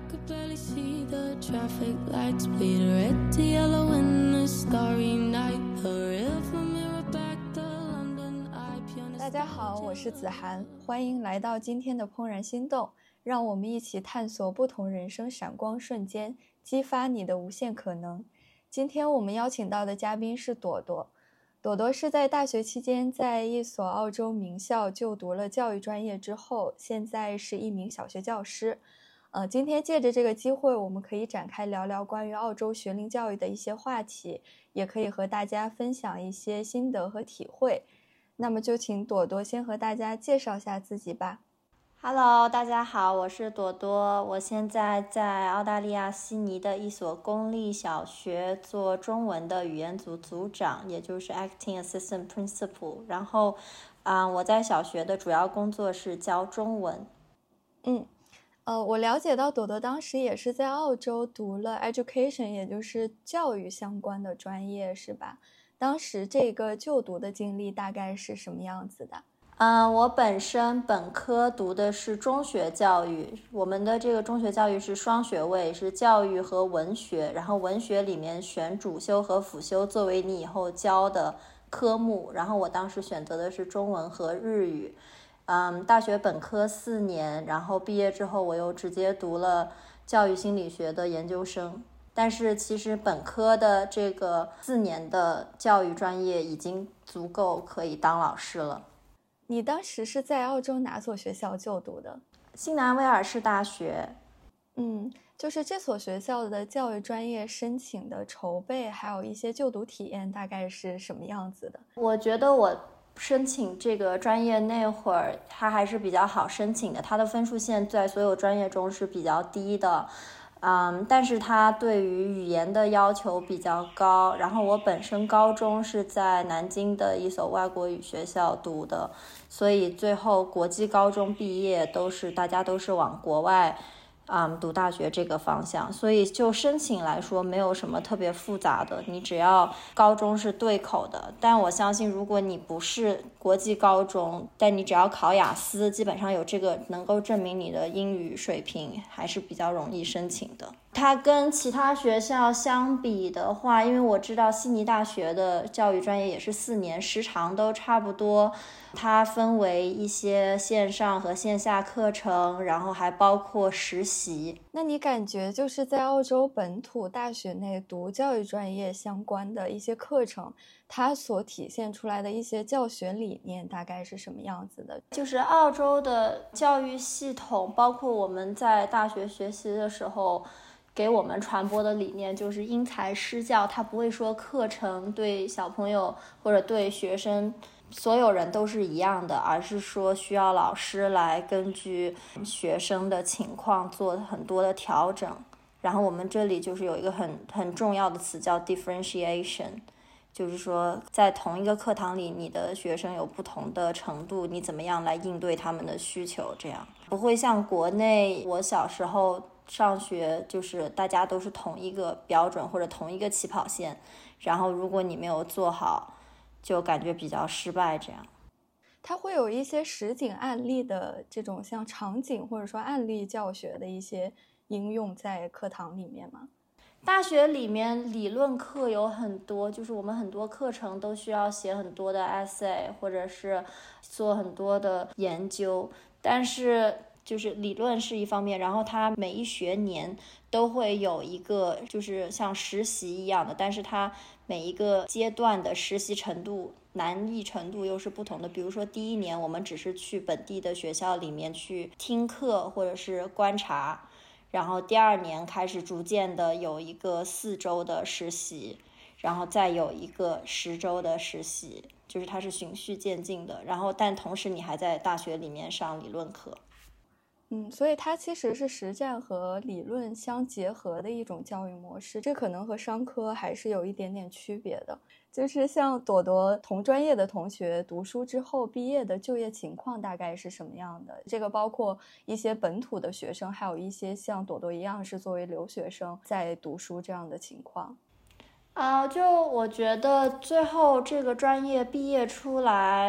could barely see the traffic lights bleed red to yellow in the starry night. The river mirror back the London Eye pianist. 大家好，我是子涵，欢迎来到今天的怦然心动，让我们一起探索不同人生闪光瞬间，激发你的无限可能。今天我们邀请到的嘉宾是朵朵。朵朵是在大学期间在一所澳洲名校就读了教育专业之后，现在是一名小学教师。今天借着这个机会，我们可以展开聊聊关于澳洲学龄教育的一些话题，也可以和大家分享一些心得和体会。那么就请朵朵先和大家介绍下自己吧。 Hello， 大家好，我是朵朵，我现在在澳大利亚悉尼的一所公立小学做中文的语言组组长，也就是 Acting Assistant Principal。然后，我在小学的主要工作是教中文。 我了解到朵朵当时也是在澳洲读了 Education， 也就是教育相关的专业，是吧？当时这个就读的经历大概是什么样子的？ 我本身本科读的是中学教育，我们的这个中学教育是双学位，是教育和文学，然后文学里面选主修和辅修作为你以后教的科目，然后我当时选择的是中文和日语。大学本科4年，然后毕业之后我又直接读了教育心理学的研究生。但是其实本科的这个4年的教育专业已经足够可以当老师了。 你当时是在澳洲哪所学校就读的？ 新南威尔士大学。 就是这所学校的教育专业申请的筹备，还有一些就读体验大概是什么样子的？ 我觉得我申请这个专业那会儿，它还是比较好申请的，它的分数线在所有专业中是比较低的。但是它对于语言的要求比较高，然后我本身高中是在南京的一所外国语学校读的，所以最后国际高中毕业大家都是往国外读大学这个方向，所以就申请来说没有什么特别复杂的，你只要高中是对口的。但我相信如果你不是国际高中，但你只要考雅思，基本上有这个能够证明你的英语水平，还是比较容易申请的。它跟其他学校相比的话，因为我知道悉尼大学的教育专业也是4年，时长都差不多，它分为一些线上和线下课程，然后还包括实习。 那你感觉就是在澳洲本土大学内读教育专业相关的一些课程，它所体现出来的一些教学理念大概是什么样子的？ 就是澳洲的教育系统，包括我们在大学学习的时候给我们传播的理念就是因材施教，它不会说课程对小朋友或者对学生所有人都是一样的，而是说需要老师来根据学生的情况做很多的调整。然后我们这里就是有一个很重要的词叫 differentiation， 就是说在同一个课堂里，你的学生有不同的程度，你怎么样来应对他们的需求，这样不会像国内我小时候上学就是大家都是同一个标准或者同一个起跑线，然后如果你没有做好就感觉比较失败这样。 它会有一些实景案例的这种像场景或者说案例教学的一些应用在课堂里面吗？ 大学里面理论课有很多，就是我们很多课程都需要写很多的 essay 或者是做很多的研究，但是就是理论是一方面，然后它每一学年都会有一个就是像实习一样的，但是它每一个阶段的实习程度难易程度又是不同的。比如说第1年我们只是去本地的学校里面去听课或者是观察，然后第2年开始逐渐的有一个4周的实习，然后再有一个10周的实习，就是它是循序渐进的，然后但同时你还在大学里面上理论课。 所以它其实是实战和理论相结合的一种教育模式，这可能和商科还是有一点点区别的。就是像朵朵同专业的同学读书之后毕业的就业情况大概是什么样的？这个包括一些本土的学生，还有一些像朵朵一样是作为留学生在读书这样的情况。 就我觉得最后这个专业毕业出来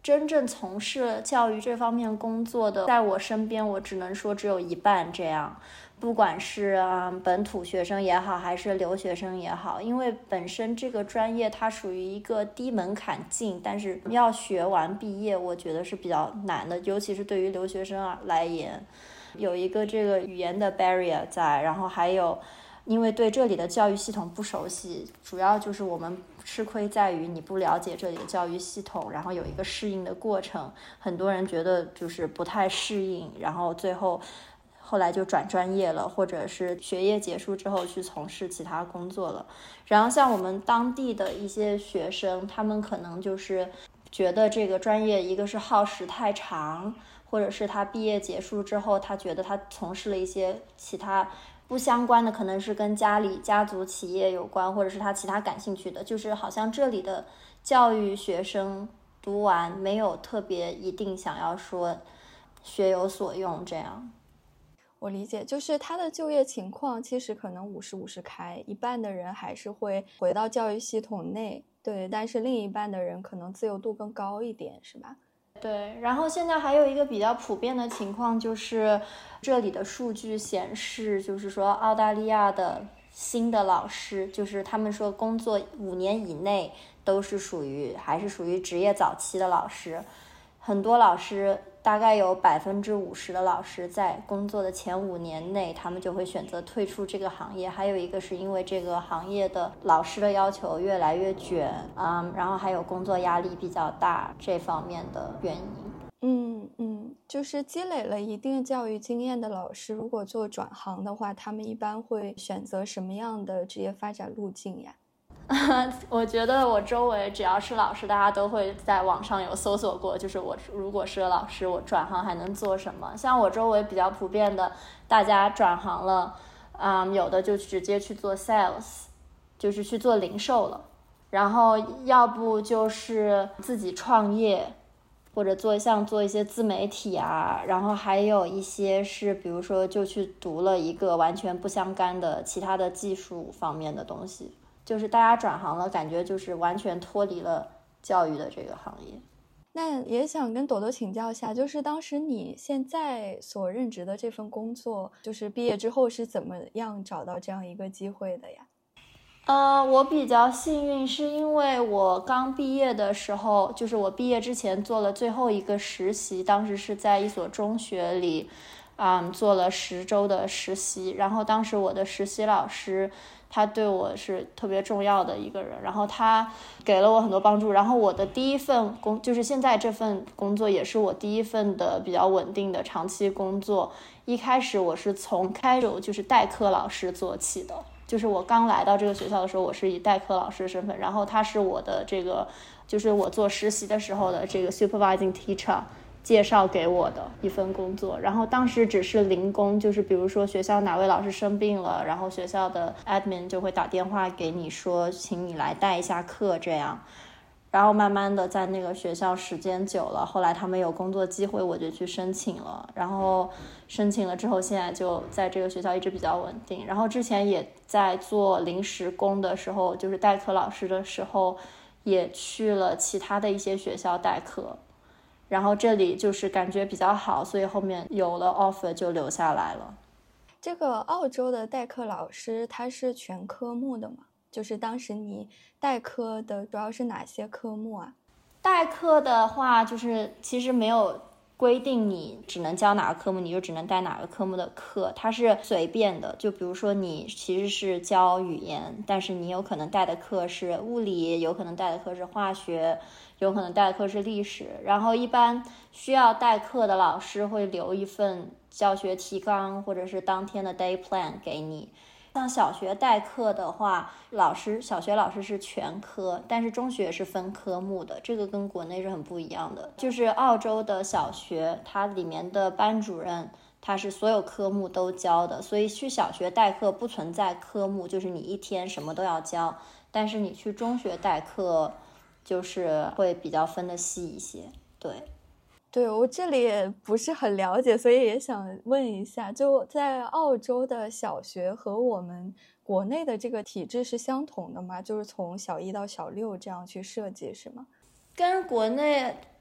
真正从事教育这方面工作的，在我身边我只能说只有一半这样，不管是本土学生也好还是留学生也好，因为本身这个专业它属于一个低门槛进，但是要学完毕业我觉得是比较难的，尤其是对于留学生来言，有一个这个语言的 barrier 在，然后还有因为对这里的教育系统不熟悉，主要就是我们吃亏在于你不了解这里的教育系统，然后有一个适应的过程，很多人觉得就是不太适应，然后后来就转专业了，或者是学业结束之后去从事其他工作了。然后像我们当地的一些学生，他们可能就是觉得这个专业一个是耗时太长，或者是他毕业结束之后他觉得他从事了一些其他不相关的，可能是跟家族企业有关，或者是他其他感兴趣的，就是好像这里的教育学生读完没有特别一定想要说学有所用这样。 我理解，就是他的就业情况其实可能50-50开，一半的人还是会回到教育系统内，对，但是另一半的人可能自由度更高一点，是吧？ 对，然后现在还有一个比较普遍的情况，就是这里的数据显示，就是说澳大利亚的新的老师，就是他们说工作5年以内都是还是属于职业早期的老师，很多老师大概有50%的老师在工作的前5年内，他们就会选择退出这个行业。还有一个是因为这个行业的老师的要求越来越卷，然后还有工作压力比较大这方面的原因。 就是积累了一定教育经验的老师，如果做转行的话，他们一般会选择什么样的职业发展路径呀？ 我觉得我周围只要是老师，大家都会在网上有搜索过，就是我如果是老师，我转行还能做什么。像我周围比较普遍的，大家转行了，有的就直接去做 sales， 就是去做零售了，然后要不就是自己创业，或者做一些自媒体啊，然后还有一些是比如说就去读了一个完全不相干的其他的技术方面的东西，就是大家转行了，感觉就是完全脱离了教育的这个行业。 那也想跟朵朵请教一下，就是当时你现在所任职的这份工作，就是毕业之后是怎么样找到这样一个机会的呀？ 我比较幸运，是因为我刚毕业的时候，就是我毕业之前做了最后一个实习，当时是在一所中学里，做了10周的实习。然后当时我的实习老师，他对我是特别重要的一个人，然后他给了我很多帮助。然后我的第一份就是现在这份工作，也是我第一份的比较稳定的长期工作。一开始我是从就是代课老师做起的。就是我刚来到这个学校的时候，我是以代课老师的身份，然后他是我的这个，就是我做实习的时候的这个 supervising teacher 介绍给我的一份工作。然后当时只是零工，就是比如说学校哪位老师生病了，然后学校的 admin 就会打电话给你说，请你来带一下课这样。然后慢慢的在那个学校时间久了，后来他们有工作机会，我就去申请了，然后申请了之后，现在就在这个学校一直比较稳定。然后之前也在做临时工的时候，就是代课老师的时候，也去了其他的一些学校代课，然后这里就是感觉比较好，所以后面有了 offer 就留下来了。 这个澳洲的代课老师他是全科目的吗？就是当时你代课的主要是哪些科目啊？ 代课的话，就是其实没有规定你只能教哪个科目，你就只能带哪个科目的课，它是随便的。就比如说你其实是教语言，但是你有可能带的课是物理，有可能带的课是化学，有可能带的课是历史。然后一般需要代课的老师会留一份教学提纲或者是当天的 day plan 给你。像小学代课的话，小学老师是全科，但是中学是分科目的，这个跟国内是很不一样的。就是澳洲的小学，它里面的班主任他是所有科目都教的，所以去小学代课不存在科目，就是你一天什么都要教。但是你去中学代课，就是会比较分得细一些。 对，我这里也不是很了解，所以也想问一下，就在澳洲的小学和我们国内的这个体制是相同的吗？就是从小1到小6这样去设计是吗？ 跟国内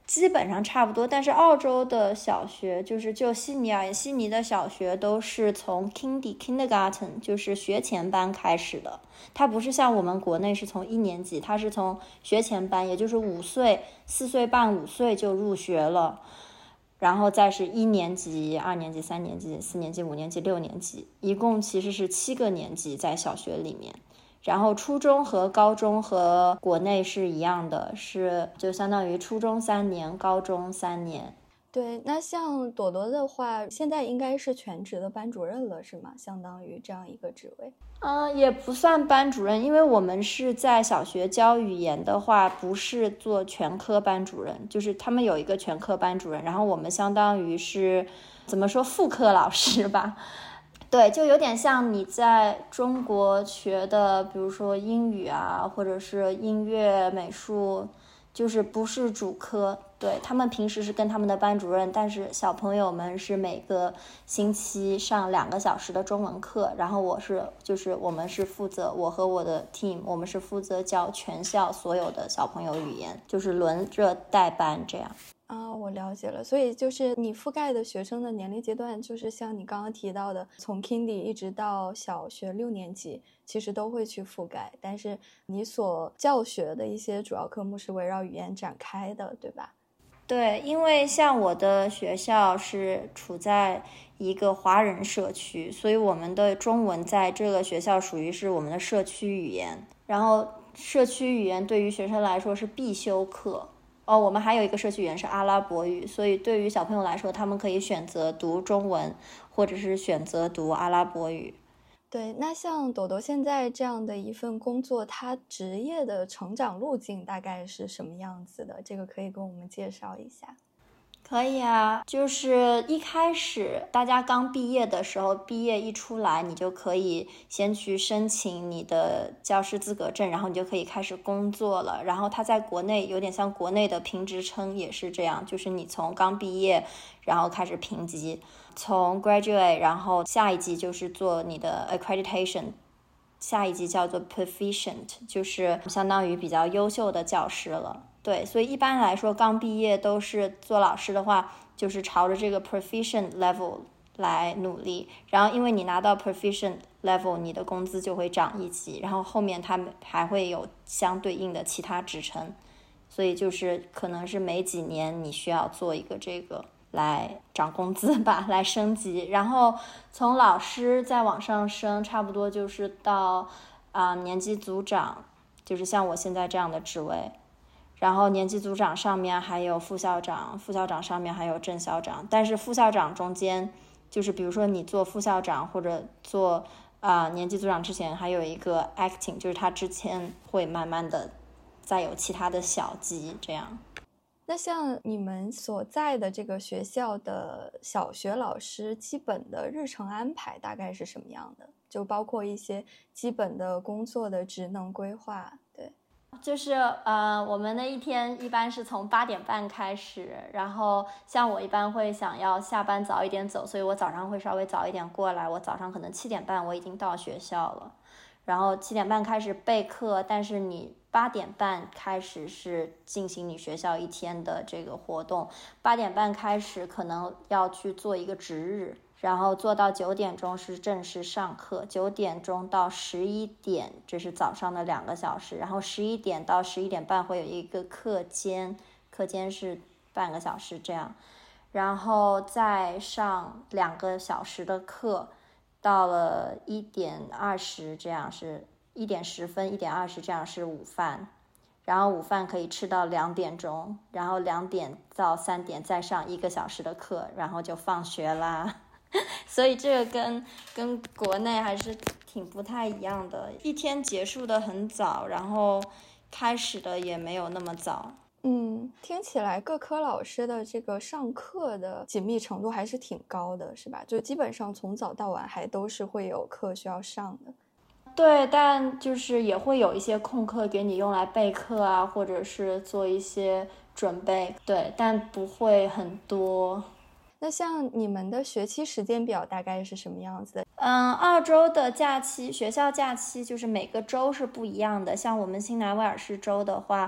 基本上差不多，但是澳洲的小学就悉尼而言，悉尼的小学都是从 kindergarten 就是学前班开始的，它不是像我们国内是从1年级，它是从学前班，也就是5岁、4岁半、5岁就入学了，然后再是1年级、2年级、3年级、4年级、5年级、6年级，一共其实是7个年级在小学里面。然后初中和高中和国内是一样的，是就相当于初中3年，高中3年。 对，那像朵朵的话，现在应该是全职的班主任了，是吗？相当于这样一个职位。 也不算班主任，因为我们是在小学教语言的话，不是做全科班主任，就是他们有一个全科班主任，然后我们相当于是怎么说副科老师吧。对，就有点像你在中国学的，比如说英语啊，或者是音乐、美术，就是不是主科。对，他们平时是跟他们的班主任，但是小朋友们是每个星期上2个小时的中文课，然后我们是负责，我和我的 team， 我们是负责教全校所有的小朋友语言，就是轮着带班这样。 我了解了，所以就是你覆盖的学生的年龄阶段，就是像你刚刚提到的，从 Kindy 一直到小学6年级，其实都会去覆盖，但是你所教学的一些主要科目是围绕语言展开的，对吧？ 对，因为像我的学校是处在一个华人社区，所以我们的中文在这个学校属于是我们的社区语言，然后社区语言对于学生来说是必修课。我们还有一个社区语言是阿拉伯语，所以对于小朋友来说，他们可以选择读中文，或者是选择读阿拉伯语。 对，那像朵朵现在这样的一份工作，它职业的成长路径大概是什么样子的？这个可以跟我们介绍一下。 可以啊，就是一开始大家刚毕业的时候，毕业一出来，你就可以先去申请你的教师资格证，然后你就可以开始工作了。然后它在国内有点像国内的评职称也是这样，就是你从刚毕业，然后开始评级，从 graduate， 然后下一级就是做你的 accreditation， 下一级叫做 proficient， 就是相当于比较优秀的教师了。对，所以一般来说刚毕业都是做老师的话，就是朝着这个 proficient level 来努力，然后因为你拿到 proficient level， 你的工资就会涨1级，然后后面他们还会有相对应的其他职称，所以就是可能是每几年你需要做一个这个来涨工资吧，来升级，然后从老师再往上升，差不多就是到年级组长，就是像我现在这样的职位。然后年级组长上面还有副校长，副校长上面还有正校长，但是副校长中间就是比如说你做副校长或者做年级组长之前还有一个 acting， 就是他之前会慢慢的再有其他的小级这样。 那像你们所在的这个学校的小学老师基本的日程安排大概是什么样的？就包括一些基本的工作的职能规划。对， 就是我们的一天一般是从8点半开始，然后像我一般会想要下班早一点走，所以我早上会稍微早一点过来，我早上可能7点半我已经到学校了，然后7点半开始备课，但是你8点半开始是进行你学校一天的这个活动，8点半开始可能要去做一个值日，然后做到9点钟是正式上课，9点钟到11点这是早上的2个小时，然后11点到11点半会有一个课间，课间是半个小时这样，然后再上2个小时的课，到了1点20这样是1点10分1点20这样是午饭，然后午饭可以吃到2点钟，然后2点到3点再上1个小时的课，然后就放学啦。所以这个跟国内还是挺不太一样的，一天结束的很早，然后开始的也没有那么早。 听起来各科老师的这个上课的紧密程度还是挺高的，是吧？就基本上从早到晚还都是会有课需要上的。 对，但就是也会有一些空课给你用来备课啊，或者是做一些准备，对，但不会很多。 那像你们的学期时间表大概是什么样子的？ 澳洲的假期，学校假期就是每个州是不一样的。像我们新南威尔士州的话，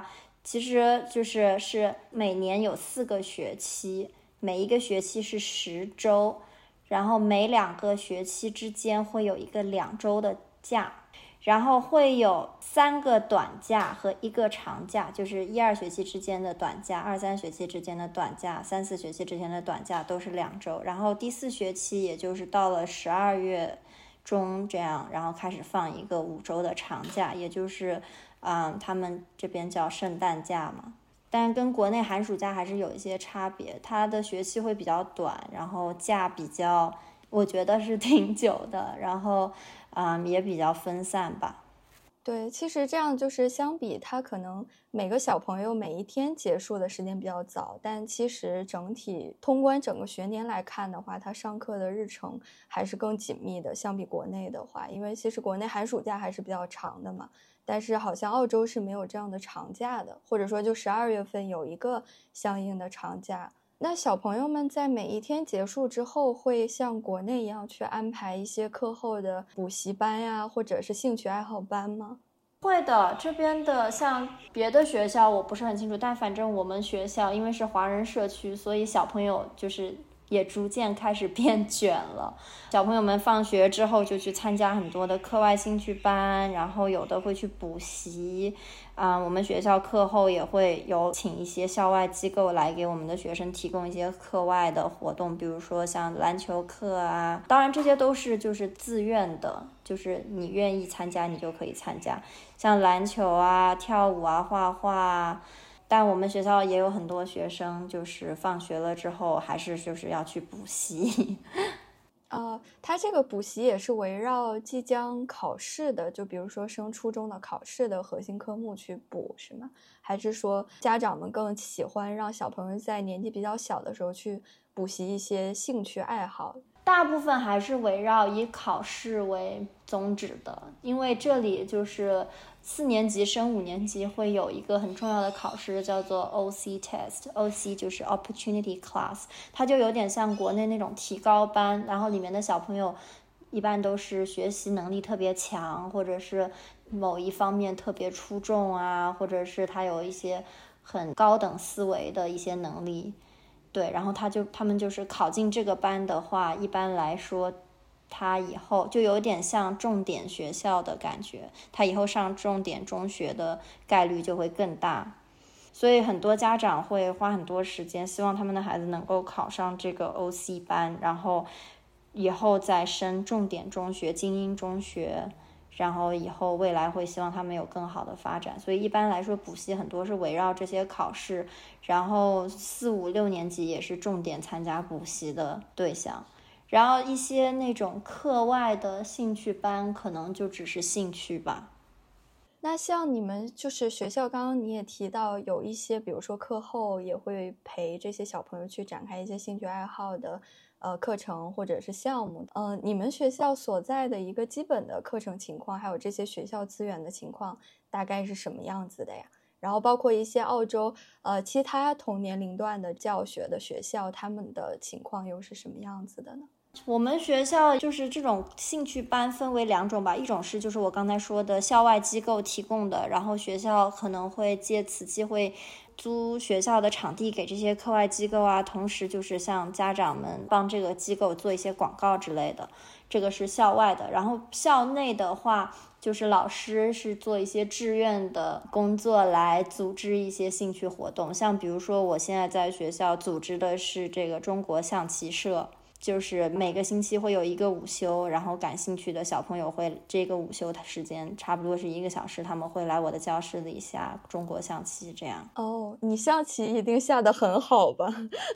其实是每年有4个学期，每一个学期是10周，然后每2个学期之间会有一个2周的假，然后会有3个短假和1个长假，就是1、2学期之间的短假，2、3学期之间的短假，3、4学期之间的短假都是2周，然后第4学期也就是到了12月中这样，然后开始放一个5周的长假，也就是他们这边叫圣诞假嘛。但跟国内寒暑假还是有一些差别，它的学期会比较短，然后假比较我觉得是挺久的，然后也比较分散吧。 对，其实这样就是相比它可能每个小朋友每一天结束的时间比较早，但其实整体通关整个学年来看的话，它上课的日程还是更紧密的，相比国内的话，因为其实国内寒暑假还是比较长的嘛，但是好像澳洲是没有这样的长假的，或者说就12月份有一个相应的长假。那小朋友们在每一天结束之后，会像国内一样去安排一些课后的补习班呀，或者是兴趣爱好班吗？ 会的，这边的像别的学校我不是很清楚，但反正我们学校因为是华人社区，所以小朋友就是也逐渐开始变卷了。小朋友们放学之后就去参加很多的课外兴趣班，然后有的会去补习。我们学校课后也会有请一些校外机构来给我们的学生提供一些课外的活动，比如说像篮球课啊，当然这些都是就是自愿的，就是你愿意参加你就可以参加，像篮球啊、跳舞啊、画画啊。但我们学校也有很多学生就是放学了之后还是就是要去补习。 他这个补习也是围绕即将考试的，就比如说升初中的考试的核心科目去补，是吗？还是说家长们更喜欢让小朋友在年纪比较小的时候去补习一些兴趣爱好？ 大部分还是围绕以考试为宗旨的，因为这里就是4年级升5年级会有一个很重要的考试叫做 OC Test，OC 就是 Opportunity Class， 它就有点像国内那种提高班，然后里面的小朋友一般都是学习能力特别强，或者是某一方面特别出众啊，或者是他有一些很高等思维的一些能力。对，然后他们就是考进这个班的话，一般来说他以后就有点像重点学校的感觉，他以后上重点中学的概率就会更大，所以很多家长会花很多时间希望他们的孩子能够考上这个 OC 班，然后以后再升重点中学、精英中学，然后以后未来会希望他们有更好的发展，所以一般来说补习很多是围绕这些考试，然后4、5、6年级也是重点参加补习的对象，然后一些那种课外的兴趣班可能就只是兴趣吧。 那像你们就是学校，刚刚你也提到有一些，比如说课后也会陪这些小朋友去展开一些兴趣爱好的课程或者是项目。你们学校所在的一个基本的课程情况，还有这些学校资源的情况，大概是什么样子的呀？然后包括一些澳洲其他同年龄段的教学的学校，他们的情况又是什么样子的呢？ 我们学校就是这种兴趣班分为2种吧，一种是就是我刚才说的校外机构提供的，然后学校可能会借此机会租学校的场地给这些课外机构啊，同时就是像家长们帮这个机构做一些广告之类的，这个是校外的。然后校内的话，就是老师是做一些志愿的工作来组织一些兴趣活动，像比如说我现在在学校组织的是这个中国象棋社，就是每个星期会有一个午休，然后感兴趣的小朋友会这个午休的时间差不多是1个小时，他们会来我的教室里下中国象棋这样。 哦，你象棋一定下得很好吧？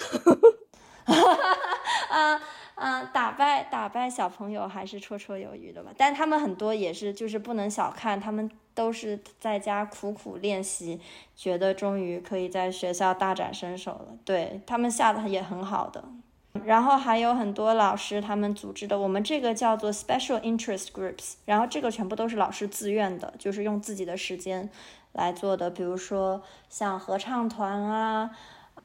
打败小朋友还是绰绰有余的吧，但他们很多也是就是不能小看，他们都是在家苦苦练习，觉得终于可以在学校大展身手了。对，他们下的也很好的。然后还有很多老师他们组织的，我们这个叫做 special interest groups， 然后这个全部都是老师自愿的，就是用自己的时间来做的，比如说像合唱团啊，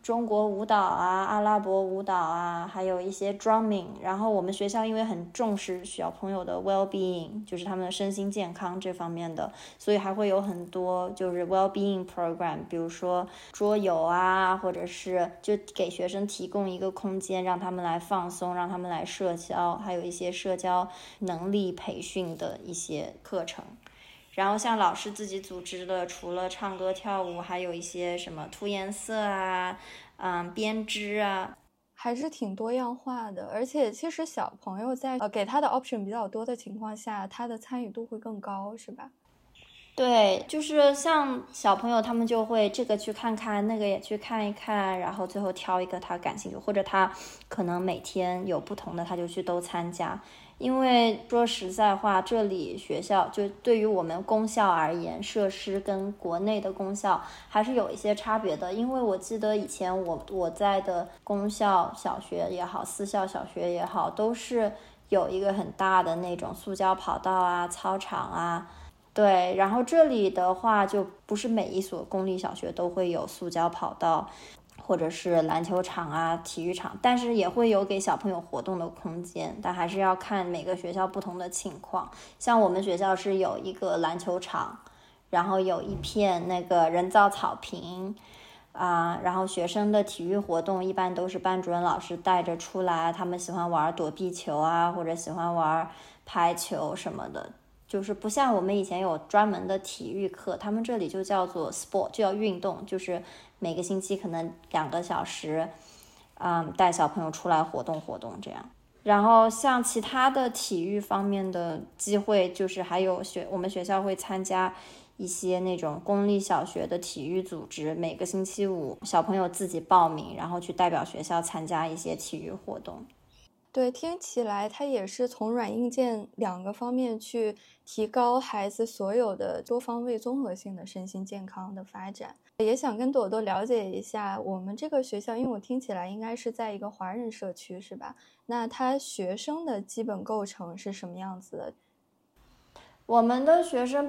中国舞蹈啊、阿拉伯舞蹈啊，还有一些 drumming。然后我们学校因为很重视小朋友的 well-being， 就是他们的身心健康这方面的，所以还会有很多就是 well-being program， 比如说桌游啊，或者是就给学生提供一个空间让他们来放松，让他们来社交，还有一些社交能力培训的一些课程。然后像老师自己组织的，除了唱歌跳舞，还有一些什么涂颜色啊，编织啊， 还是挺多样化的。而且其实小朋友在给他的 option 比较多的情况下，他的参与度会更高，是吧？ 对，就是像小朋友他们就会这个去看看，那个也去看一看，然后最后挑一个他感兴趣，或者他可能每天有不同的，他就去都参加。因为说实在话，这里学校就对于我们公校而言，设施跟国内的公校还是有一些差别的。因为我记得以前我在的公校小学也好，私校小学也好，都是有一个很大的那种塑胶跑道啊、操场啊。对，然后这里的话就不是每一所公立小学都会有塑胶跑道或者是篮球场啊、体育场，但是也会有给小朋友活动的空间，但还是要看每个学校不同的情况。像我们学校是有一个篮球场，然后有一片那个人造草坪然后学生的体育活动一般都是班主任老师带着出来，他们喜欢玩躲避球啊，或者喜欢玩排球什么的。就是不像我们以前有专门的体育课，他们这里就叫做 sport， 就叫运动，就是每个星期可能2个小时，带小朋友出来活动活动这样。然后像其他的体育方面的机会，就是还有我们学校会参加一些那种公立小学的体育组织，每个星期五小朋友自己报名，然后去代表学校参加一些体育活动。 对，听起来它也是从软硬件2个方面去提高孩子所有的多方位综合性的身心健康的发展。也想跟朵朵了解一下我们这个学校，因为我听起来应该是在一个华人社区，是吧？那它学生的基本构成是什么样子的？ 我们的学生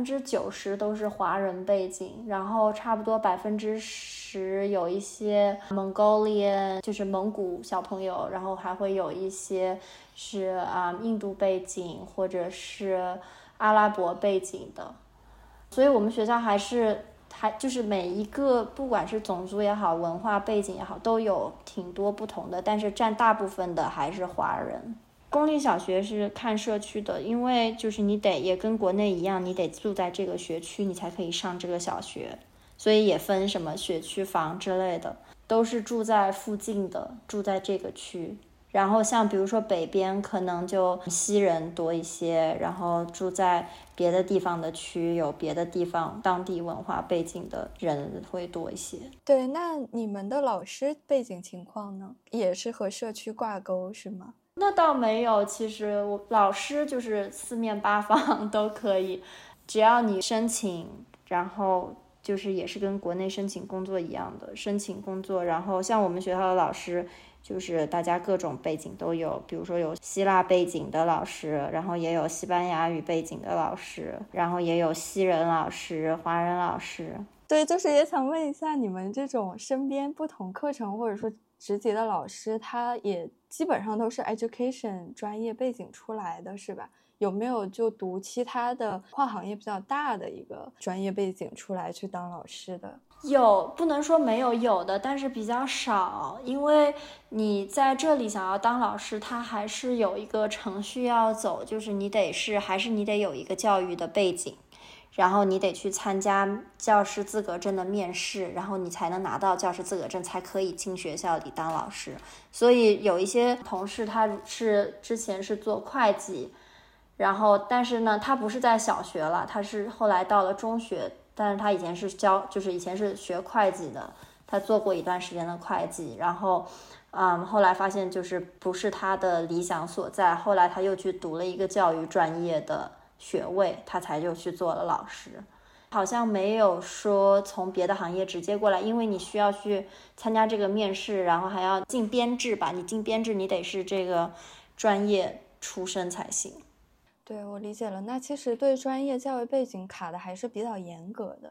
90%都是华人背景，然后差不多10%有一些 Mongolian， 就是蒙古小朋友，然后还会有一些是印度背景或者是阿拉伯背景的。所以我们学校就是每一个不管是种族也好，文化背景也好，都有挺多不同的，但是占大部分的还是华人。公立小学是看社区的，因为就是你得也跟国内一样，你得住在这个学区，你才可以上这个小学，所以也分什么学区房之类的，都是住在附近的，住在这个区。然后像比如说北边可能就西人多一些，然后住在别的地方的区有别的地方当地文化背景的人会多一些。 对，那你们的老师背景情况呢？也是和社区挂钩是吗？ 那倒没有，其实老师就是四面八方都可以，只要你申请，然后就是也是跟国内申请工作一样的申请工作。然后像我们学校的老师就是大家各种背景都有，比如说有希腊背景的老师，然后也有西班牙语背景的老师，然后也有西人老师、华人老师。 对，就是也想问一下，你们这种身边不同课程或者说职级的老师，他也基本上都是 education 专业背景出来的是吧？有没有就读其他的跨行业比较大的一个专业背景出来去当老师的？ 有，不能说没有，有的，但是比较少。因为你在这里想要当老师，他还是有一个程序要走，就是你得有一个教育的背景，然后你得去参加教师资格证的面试，然后你才能拿到教师资格证，才可以进学校里当老师。所以有一些同事他是之前是做会计，然后但是呢他不是在小学了，他是后来到了中学，但是他以前是以前是学会计的，他做过一段时间的会计，然后后来发现就是不是他的理想所在，后来他又去读了一个教育专业的学位，他才就去做了老师。好像没有说从别的行业直接过来，因为你需要去参加这个面试，然后还要进编制吧，你进编制你得是这个专业出身才行。 对，我理解了。那其实对专业教育背景卡的还是比较严格的。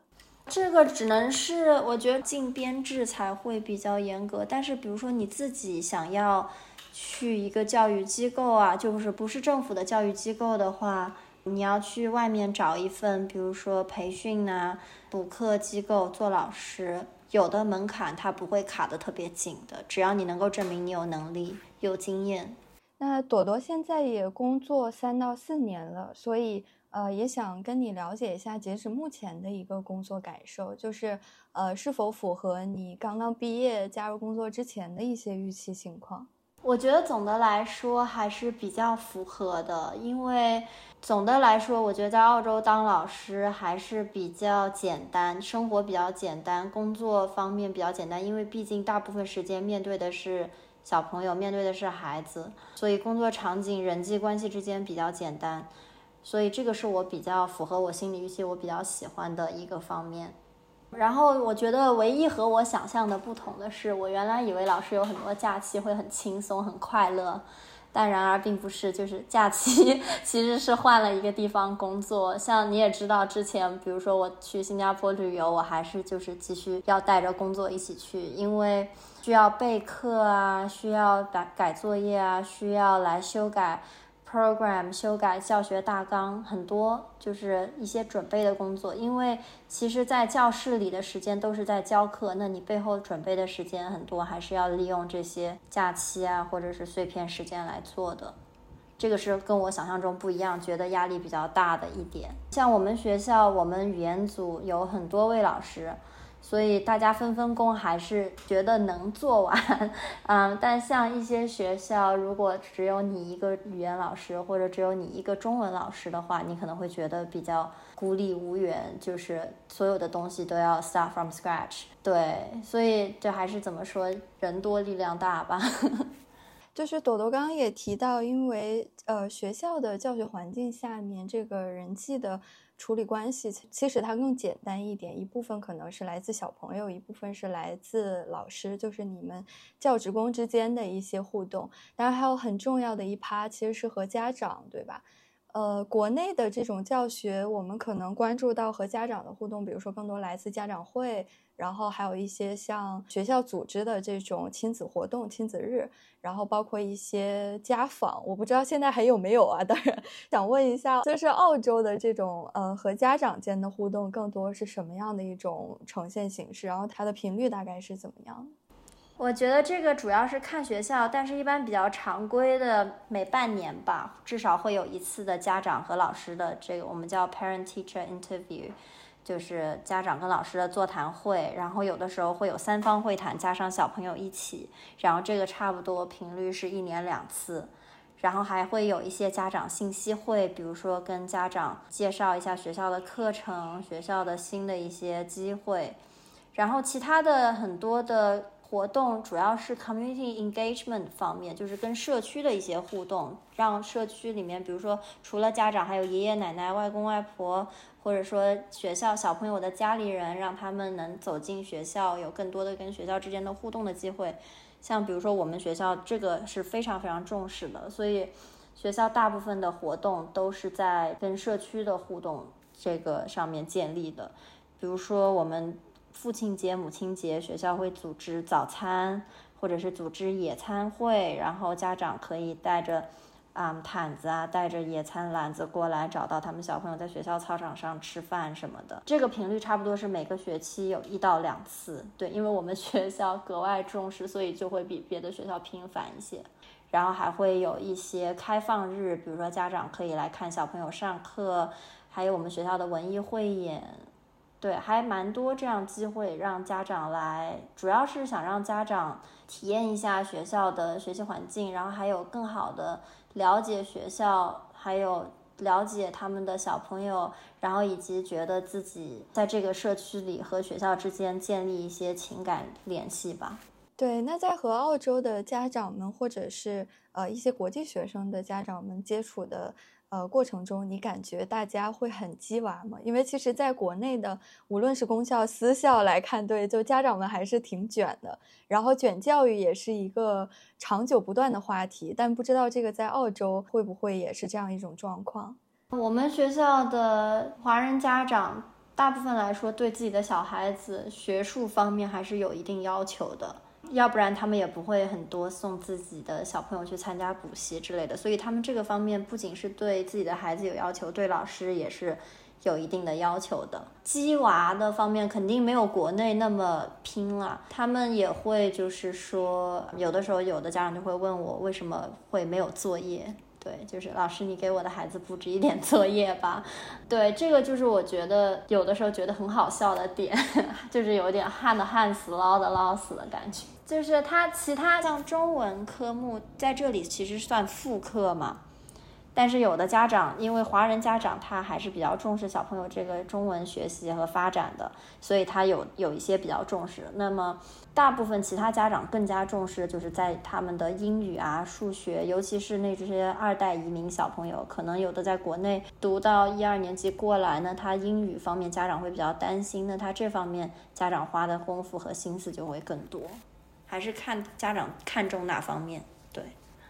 这个只能是我觉得进编制才会比较严格，但是比如说你自己想要去一个教育机构啊，就是不是政府的教育机构的话，你要去外面找一份比如说培训啊、补课机构做老师，有的门槛它不会卡得特别紧的，只要你能够证明你有能力有经验。 那朵朵现在也工作3到4年了，所以也想跟你了解一下截止目前的一个工作感受，就是是否符合你刚刚毕业加入工作之前的一些预期情况。 我觉得总的来说还是比较符合的，因为总的来说我觉得在澳洲当老师还是比较简单，生活比较简单，工作方面比较简单，因为毕竟大部分时间面对的是小朋友，面对的是孩子，所以工作场景人际关系之间比较简单，所以这个是我比较符合我心理预期，我比较喜欢的一个方面。然后我觉得唯一和我想象的不同的是，我原来以为老师有很多假期会很轻松很快乐，但然而并不是，就是假期其实是换了一个地方工作。像你也知道之前比如说我去新加坡旅游，我还是就是继续要带着工作一起去，因为需要备课啊，需要改作业啊，需要来修改program， 修改教学大纲，很多就是一些准备的工作。因为其实在教室里的时间都是在教课，那你背后准备的时间很多还是要利用这些假期啊或者是碎片时间来做的。这个是跟我想象中不一样，觉得压力比较大的一点。像我们学校，我们语言组有很多位老师，所以大家分工还是觉得能做完。但像一些学校，如果只有你一个语言老师或者只有你一个中文老师的话，你可能会觉得比较孤立无援，就是所有的东西都要 start from scratch。 对，所以这还是怎么说，人多力量大吧。 就是朵朵刚刚也提到，因为学校的教学环境下面，这个人际的处理关系其实它更简单一点，一部分可能是来自小朋友，一部分是来自老师，就是你们教职工之间的一些互动。当然还有很重要的一趴其实是和家长，对吧？国内的这种教学，我们可能关注到和家长的互动，比如说更多来自家长会，然后还有一些像学校组织的这种亲子活动、亲子日，然后包括一些家访，我不知道现在还有没有啊？当然想问一下，就是澳洲的这种和家长间的互动，更多是什么样的一种呈现形式？然后它的频率大概是怎么样的？ 我觉得这个主要是看学校，但是一般比较常规的每半年吧，至少会有一次的家长和老师的这个我们叫 parent teacher interview， 就是家长跟老师的座谈会，然后有的时候会有3方会谈加上小朋友一起，然后这个差不多频率是1年2次。然后还会有一些家长信息会，比如说跟家长介绍一下学校的课程、学校的新的一些机会，然后其他的很多的活动主要是 community engagement 方面，就是跟社区的一些互动，让社区里面比如说除了家长还有爷爷奶奶、外公外婆，或者说学校小朋友的家里人，让他们能走进学校，有更多的跟学校之间的互动的机会。像比如说我们学校这个是非常非常重视的，所以学校大部分的活动都是在跟社区的互动这个上面建立的。比如说我们父亲节、母亲节，学校会组织早餐，或者是组织野餐会，然后家长可以带着毯子啊，带着野餐篮子过来，找到他们小朋友在学校操场上吃饭什么的。这个频率差不多是每个学期有1到2次。对，因为我们学校格外重视，所以就会比别的学校频繁一些。然后还会有一些开放日，比如说家长可以来看小朋友上课，还有我们学校的文艺汇演。对，还蛮多这样机会让家长来，主要是想让家长体验一下学校的学习环境，然后还有更好的了解学校，还有了解他们的小朋友，然后以及觉得自己在这个社区里和学校之间建立一些情感联系吧。 对，那在和澳洲的家长们或者是一些国际学生的家长们接触的过程中，你感觉大家会很鸡娃吗？因为其实在国内的无论是公校私校来看，对，就家长们还是挺卷的，然后卷教育也是一个长久不断的话题，但不知道这个在澳洲会不会也是这样一种状况。 我们学校的华人家长大部分来说对自己的小孩子学术方面还是有一定要求的，要不然他们也不会很多送自己的小朋友去参加补习之类的，所以他们这个方面不仅是对自己的孩子有要求，对老师也是有一定的要求的。鸡娃的方面肯定没有国内那么拼了，他们也会就是说，有的时候有的家长就会问我为什么会没有作业，对，就是老师你给我的孩子布置一点作业吧。对，这个就是我觉得有的时候觉得很好笑的点，就是有点旱的旱死捞的捞死的感觉。就是他其他像中文科目在这里其实算副课嘛，但是有的家长因为华人家长他还是比较重视小朋友这个中文学习和发展的，所以他有一些比较重视。那么大部分其他家长更加重视就是在他们的英语啊数学，尤其是那这些二代移民小朋友，可能有的在国内读到1、2年级过来呢，他英语方面家长会比较担心，那他这方面家长花的功夫和心思就会更多，还是看家长看重哪方面。对，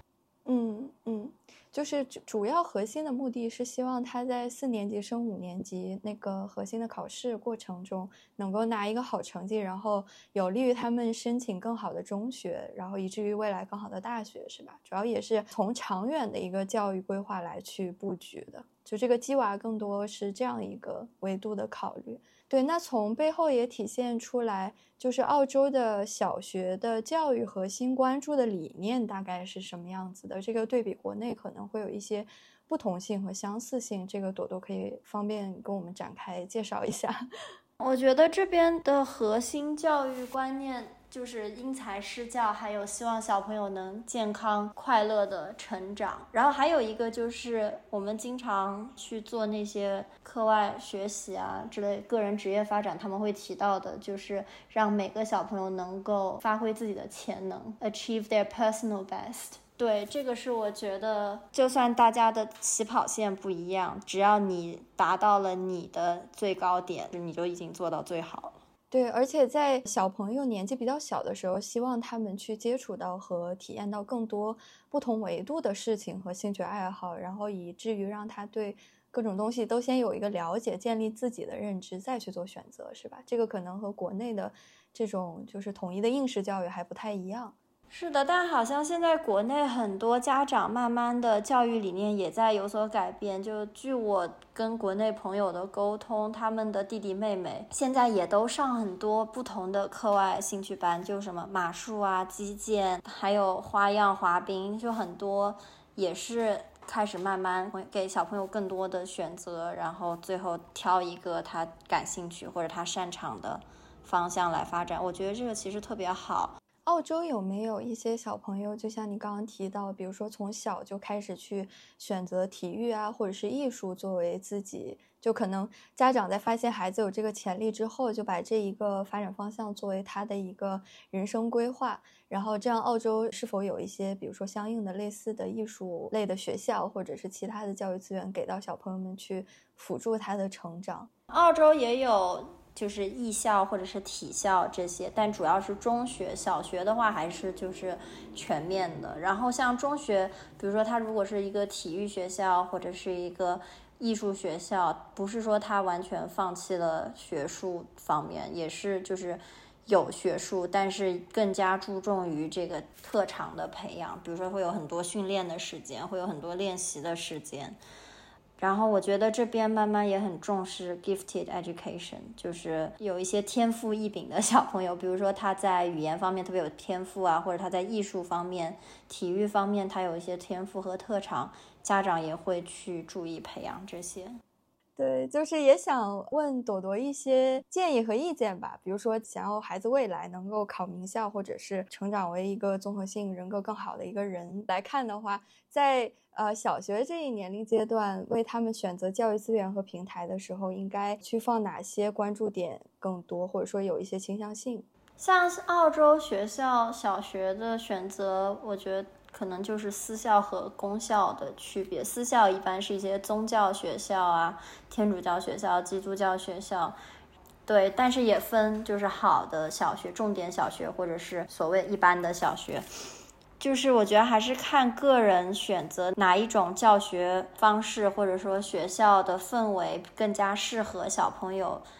就是主要核心的目的是希望他在4年级升5年级那个核心的考试过程中能够拿一个好成绩，然后有利于他们申请更好的中学，然后以至于未来更好的大学，是吧？主要也是从长远的一个教育规划来去布局的，就这个鸡娃更多是这样一个维度的考虑。对，那从背后也体现出来，就是澳洲的小学的教育核心关注的理念大概是什么样子的？这个对比国内可能会有一些不同性和相似性，这个朵朵可以方便跟我们展开介绍一下。 我觉得这边的核心教育观念就是因材施教，还有希望小朋友能健康快乐的成长。然后还有一个就是我们经常去做那些课外学习啊之类个人职业发展，他们会提到的就是让每个小朋友能够发挥自己的潜能 achieve their personal best。对，这个是我觉得就算大家的起跑线不一样，只要你达到了你的最高点，你就已经做到最好了。 对，而且在小朋友年纪比较小的时候，希望他们去接触到和体验到更多不同维度的事情和兴趣爱好，然后以至于让他对各种东西都先有一个了解，建立自己的认知，再去做选择，是吧？这个可能和国内的这种就是统一的应试教育还不太一样。 是的，但好像现在国内很多家长慢慢的教育理念也在有所改变。就据我跟国内朋友的沟通，他们的弟弟妹妹现在也都上很多不同的课外兴趣班，就什么马术啊、击剑，还有花样滑冰，就很多也是开始慢慢给小朋友更多的选择，然后最后挑一个他感兴趣或者他擅长的方向来发展。我觉得这个其实特别好。 澳洲有没有一些小朋友，就像你刚刚提到，比如说从小就开始去选择体育啊，或者是艺术作为自己，就可能家长在发现孩子有这个潜力之后，就把这一个发展方向作为他的一个人生规划。然后这样澳洲是否有一些比如说相应的类似的艺术类的学校，或者是其他的教育资源给到小朋友们去辅助他的成长？ 澳洲也有就是艺校或者是体校这些，但主要是中学，小学的话还是就是全面的。然后像中学，比如说他如果是一个体育学校或者是一个艺术学校，不是说他完全放弃了学术方面，也是就是有学术，但是更加注重于这个特长的培养，比如说会有很多训练的时间，会有很多练习的时间。然后我觉得这边慢慢也很重视 gifted education， 就是有一些天赋异禀的小朋友，比如说他在语言方面特别有天赋啊，或者他在艺术方面、体育方面他有一些天赋和特长，家长也会去注意培养这些。 对，就是也想问朵朵一些建议和意见吧，比如说想要孩子未来能够考名校，或者是成长为一个综合性人格更好的一个人来看的话，在小学这一年龄阶段，为他们选择教育资源和平台的时候，应该去放哪些关注点更多，或者说有一些倾向性？ 像澳洲学校小学的选择，我觉得可能就是私校和公校的区别。私校一般是一些宗教学校啊、天主教学校、基督教学校，对，但是也分就是好的小学、重点小学或者是所谓一般的小学。就是我觉得还是看个人选择哪一种教学方式或者说学校的氛围更加适合小朋友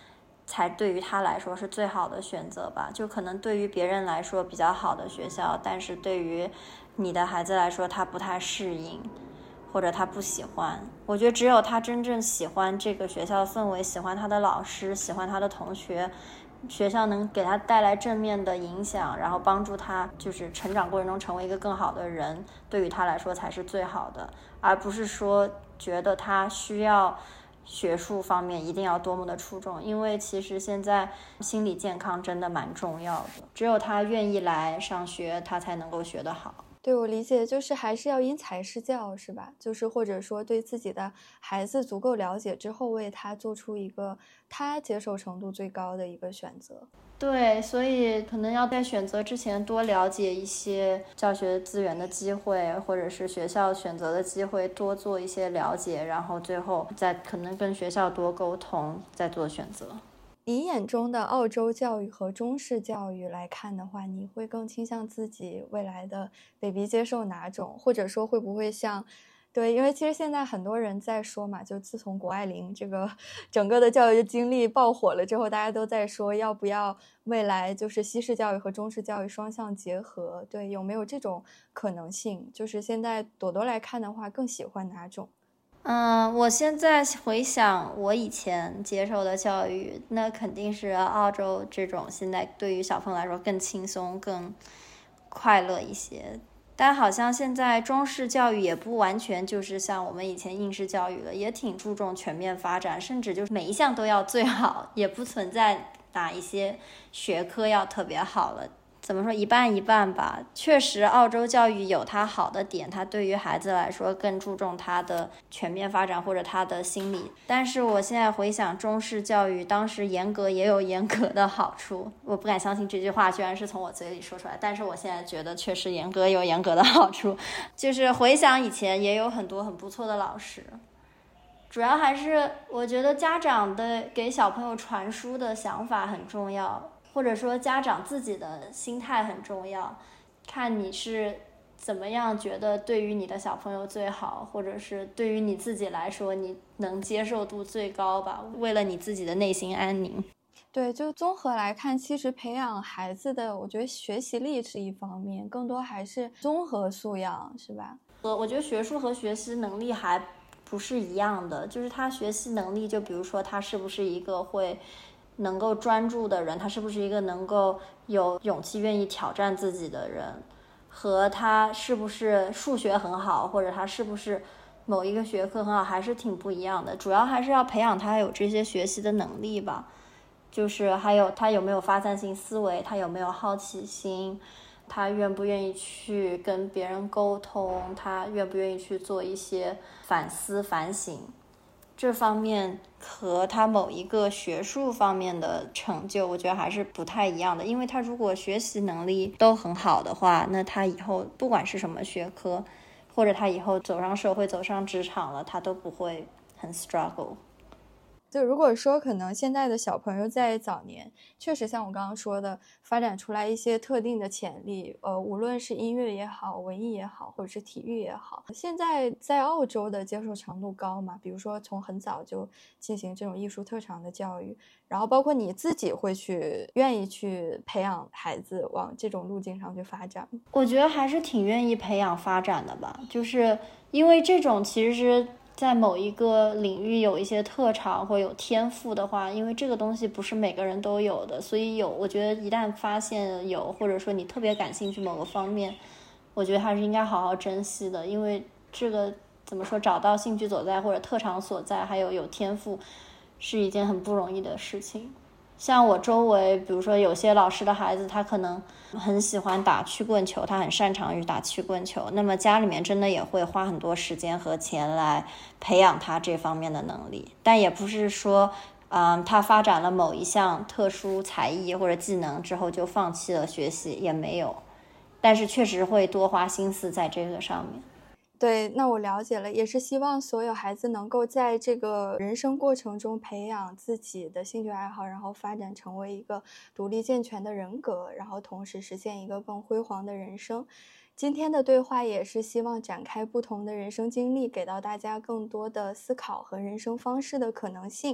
才对于他来说是最好的选择吧。就可能对于别人来说比较好的学校，但是对于你的孩子来说他不太适应，或者他不喜欢。我觉得只有他真正喜欢这个学校的氛围，喜欢他的老师，喜欢他的同学，学校能给他带来正面的影响，然后帮助他就是成长过程中成为一个更好的人，对于他来说才是最好的，而不是说觉得他需要学术方面一定要多么的出众。因为其实现在心理健康真的蛮重要的，只有他愿意来上学，他才能够学得好。 对，我理解，就是还是要因材施教，是吧？就是或者说对自己的孩子足够了解之后，为他做出一个他接受程度最高的一个选择。 对，所以可能要在选择之前多了解一些教学资源的机会，或者是学校选择的机会，多做一些了解，然后最后再可能跟学校多沟通，再做选择。 你眼中的澳洲教育和中式教育来看的话，你会更倾向自己未来的 baby 接受哪种？或者说会不会像，对，因为其实现在很多人在说嘛，就自从谷爱凌这个整个的教育经历爆火了之后，大家都在说要不要未来就是西式教育和中式教育双向结合，对，有没有这种可能性？就是现在朵朵来看的话，更喜欢哪种？ 我现在回想我以前接受的教育，那肯定是澳洲这种现在对于小朋友来说更轻松、更快乐一些。但好像现在中式教育也不完全就是像我们以前应试教育了，也挺注重全面发展，甚至就是每一项都要最好，也不存在哪一些学科要特别好了。怎么说，一半一半吧。确实澳洲教育有它好的点，它对于孩子来说更注重他的全面发展或者他的心理。但是我现在回想中式教育，当时严格也有严格的好处，我不敢相信这句话居然是从我嘴里说出来，但是我现在觉得确实严格有严格的好处。就是回想以前也有很多很不错的老师，主要还是我觉得家长的给小朋友传输的想法很重要，或者说家长自己的心态很重要，看你是怎么样觉得对于你的小朋友最好，或者是对于你自己来说你能接受度最高吧，为了你自己的内心安宁。 对，就综合来看，其实培养孩子的，我觉得学习力是一方面，更多还是综合素养，是吧？ 我觉得学术和学习能力还不是一样的，就是他学习能力，就比如说他是不是一个会能够专注的人，他是不是一个能够有勇气愿意挑战自己的人，和他是不是数学很好，或者他是不是某一个学科很好，还是挺不一样的。主要还是要培养他有这些学习的能力吧，就是还有他有没有发散性思维，他有没有好奇心，他愿不愿意去跟别人沟通，他愿不愿意去做一些反思反省，这方面和他某一个学术方面的成就我觉得还是不太一样的。因为他如果学习能力都很好的话，那他以后不管是什么学科，或者他以后走上社会走上职场了，他都不会很 struggle。 就如果说可能现在的小朋友在早年确实像我刚刚说的发展出来一些特定的潜力，无论是音乐也好，文艺也好，或者是体育也好，现在在澳洲的接受程度高嘛，比如说从很早就进行这种艺术特长的教育，然后包括你自己会去愿意去培养孩子往这种路径上去发展。 我觉得还是挺愿意培养发展的吧，就是因为这种其实是在某一个领域有一些特长或有天赋的话，因为这个东西不是每个人都有的，所以我觉得一旦发现有，或者说你特别感兴趣某个方面，我觉得还是应该好好珍惜的。因为这个怎么说，找到兴趣所在或者特长所在，还有天赋，是一件很不容易的事情。像我周围比如说有些老师的孩子，他可能很喜欢打曲棍球，他很擅长于打曲棍球，那么家里面真的也会花很多时间和钱来培养他这方面的能力。但也不是说他发展了某一项特殊才艺或者技能之后就放弃了学习，也没有，但是确实会多花心思在这个上面。 对，那我了解了，也是希望所有孩子能够在这个人生过程中培养自己的兴趣爱好，然后发展成为一个独立健全的人格，然后同时实现一个更辉煌的人生。今天的对话也是希望展开不同的人生经历，给到大家更多的思考和人生方式的可能性。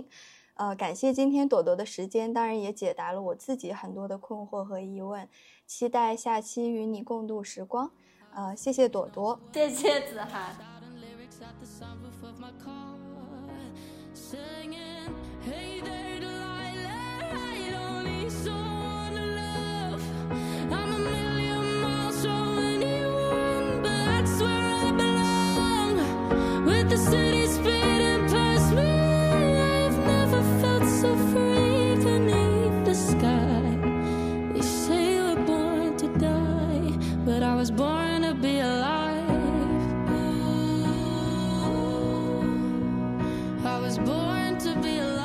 感谢今天朵朵的时间，当然也解答了我自己很多的困惑和疑问，期待下期与你共度时光。谢谢朵朵， 谢谢子涵。 The city speeding past me, I've never felt so free beneath the sky. They say we're born to die, but I was born to be alive. I was born to be alive.